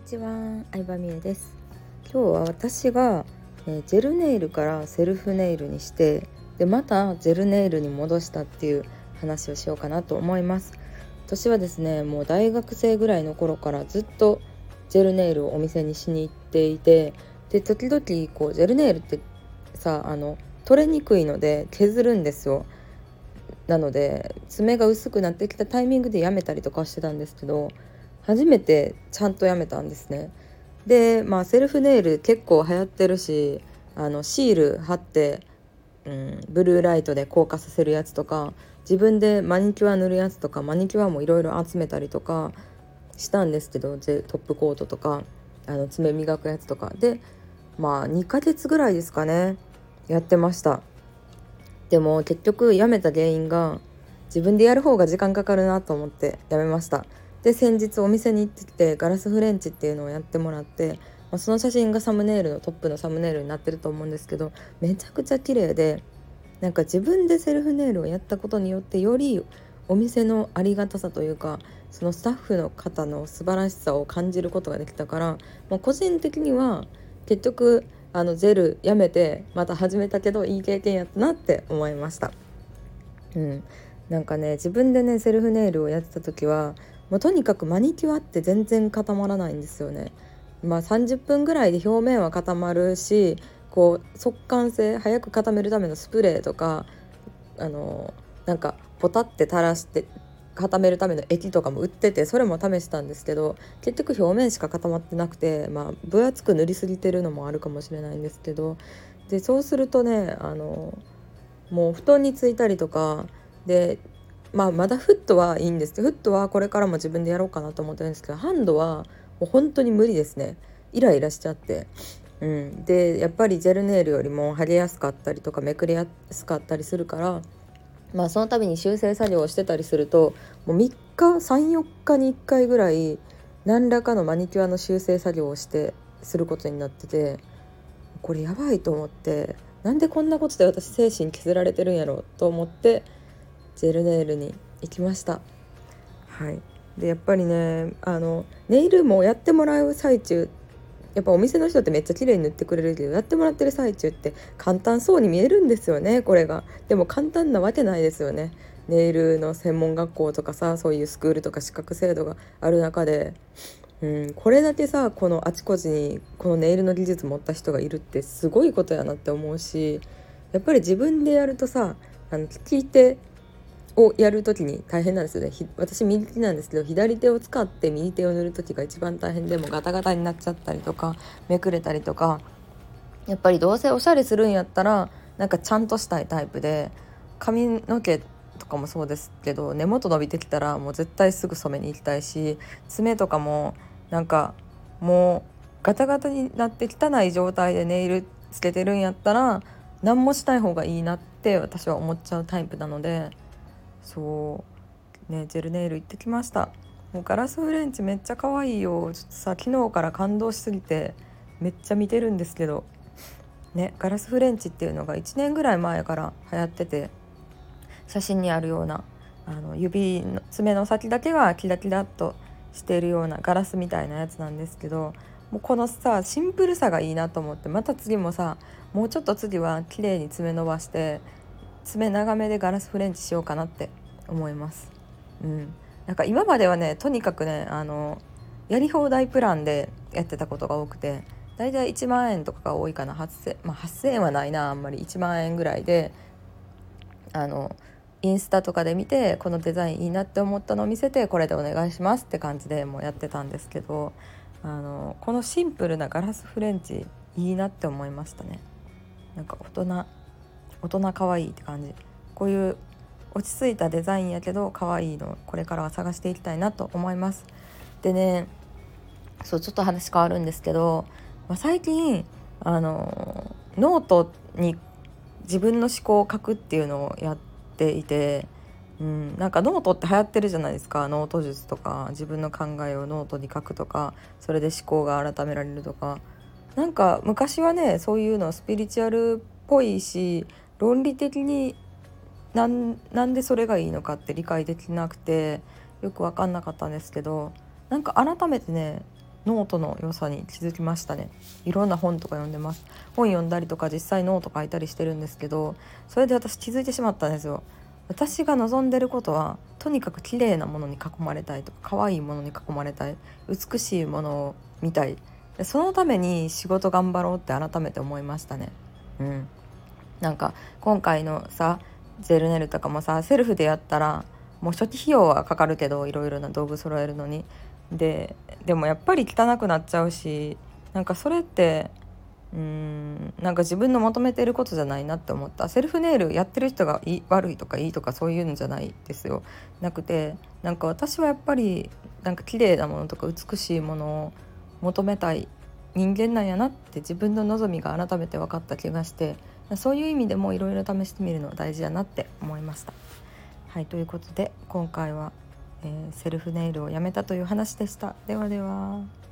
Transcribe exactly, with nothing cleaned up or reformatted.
ちは、相葉美恵です。今日は私が、えージェルネイルからセルフネイルにしてでまたジェルネイルに戻したっていう話をしようかなと思います。私はですね、もう大学生ぐらいの頃からずっとジェルネイルをお店にしに行っていて、で時々こうジェルネイルってさあの取れにくいので削るんですよ。なので爪が薄くなってきたタイミングでやめたりとかしてたんですけど、初めてちゃんとやめたんですね。でまあセルフネイル結構流行ってるし、あのシール貼って、うん、ブルーライトで硬化させるやつとか、自分でマニキュア塗るやつとか、マニキュアもいろいろ集めたりとかしたんですけど、トップコートとかあの爪磨くやつとかで、まあにかげつぐらいですかね、やってました。でも結局やめた原因が、自分でやる方が時間かかるなと思ってやめました。で先日お店に行ってきてガラスフレンチっていうのをやってもらって、まあ、その写真がサムネイルのトップのサムネイルになってると思うんですけど、めちゃくちゃ綺麗で、なんか自分でセルフネイルをやったことによってよりお店のありがたさというか、そのスタッフの方の素晴らしさを感じることができたから、まあ、個人的には結局あのジェルやめてまた始めたけどいい経験やったなって思いました。うん、なんかね、自分でねセルフネイルをやってた時はもうとにかくマニキュアって全然固まらないんですよね。まあさんじゅっぷんぐらいで表面は固まるし、こう速乾性早く固めるためのスプレーとか、あのなんかポタって垂らして固めるための液とかも売ってて、それも試したんですけど結局表面しか固まってなくて、まあ分厚く塗りすぎてるのもあるかもしれないんですけど、でそうするとね、あのもう布団についたりとかで、まあまだフットはいいんですけど、フットはこれからも自分でやろうかなと思ってるんですけど、ハンドはもう本当に無理ですね。イライラしちゃって、うん、でやっぱりジェルネイルよりも剥げやすかったりとかめくれやすかったりするから、まあその度に修正作業をしてたりすると、もうみっかさんよっかにいっかいぐらい何らかのマニキュアの修正作業をしてすることになってて、これやばいと思って、なんでこんなことで私精神削られてるんやろと思ってジェルネイルに行きました。はい。でやっぱりね、あのネイルもやってもらう最中、やっぱお店の人ってめっちゃ綺麗に塗ってくれるけど、やってもらってる最中って簡単そうに見えるんですよね、これが。でも簡単なわけないですよね。ネイルの専門学校とかさ、そういうスクールとか資格制度がある中で、うん、これだけさ、このあちこちにこのネイルの技術持った人がいるってすごいことやなって思うし、やっぱり自分でやるとさ、あの利き手をやるときに大変なんですよね。私右手なんですけど、左手を使って右手を塗るときが一番大変で、もガタガタになっちゃったりとかめくれたりとか、やっぱりどうせおしゃれするんやったらなんかちゃんとしたいタイプで、髪の毛とかもそうですけど、根元伸びてきたらもう絶対すぐ染めに行きたいし、爪とかもなんかもうガタガタになって汚い状態でネイルつけてるんやったら何もしない方がいいなって私は思っちゃうタイプなので、そうね、ジェルネイル行ってきました。もうガラスフレンチめっちゃ可愛いよ。ちょっとさ、昨日から感動しすぎてめっちゃ見てるんですけどね、ガラスフレンチっていうのがいちねんぐらい前から流行ってて、写真にあるようなあの指の爪の先だけがキラキラっとしているようなガラスみたいなやつなんですけど、もうこのさシンプルさがいいなと思って、また次もさ、もうちょっと次は綺麗に爪伸ばして爪長めでガラスフレンチしようかなって思います。うん、なんか今まではね、とにかくね、あのやり放題プランでやってたことが多くて、だいたいいちまん円とかが多いかな。はっせん、まあ、はっせんえんはないな、あんまりいちまん円ぐらいで、あのインスタとかで見てこのデザインいいなって思ったのを見せて、これでお願いしますって感じでもうやってたんですけど、あのこのシンプルなガラスフレンチいいなって思いましたね。なんか大人大人可愛いって感じ。こういう落ち着いたデザインやけど可愛いの、これからは探していきたいなと思います。でね、そうちょっと話変わるんですけど、まあ、最近あのノートに自分の思考を書くっていうのをやっていて、うん、なんかノートって流行ってるじゃないですか。ノート術とか自分の考えをノートに書くとか、それで思考が改められるとか、なんか昔はね、そういうのスピリチュアルっぽいし、論理的になん、なんでそれがいいのかって理解できなくてよく分かんなかったんですけど、なんか改めてね、 ノートの良さに気づきましたね。いろんな本とか読んでます。本読んだりとか実際ノート書いたりしてるんですけど、それで私気づいてしまったんですよ。私が望んでることはとにかく綺麗なものに囲まれたいとか、可愛いものに囲まれたい、美しいものを見たい。でそのために仕事頑張ろうって改めて思いましたね。うんなんか今回のさジェルネルとかもさ、セルフでやったらもう初期費用はかかるけど、いろいろな道具揃えるのにででもやっぱり汚くなっちゃうし、なんかそれってうーんなんか自分の求めていることじゃないなって思った。セルフネイルやってる人がいい悪いとかいいとかそういうんじゃないですよ。なくて、なんか私はやっぱりなんか綺麗なものとか美しいものを求めたい人間なんやなって自分の望みが改めて分かった気がして、そういう意味でもいろいろ試してみるの大事だなって思いました。はい、ということで今回は、えーセルフネイルをやめたという話でした。ではでは。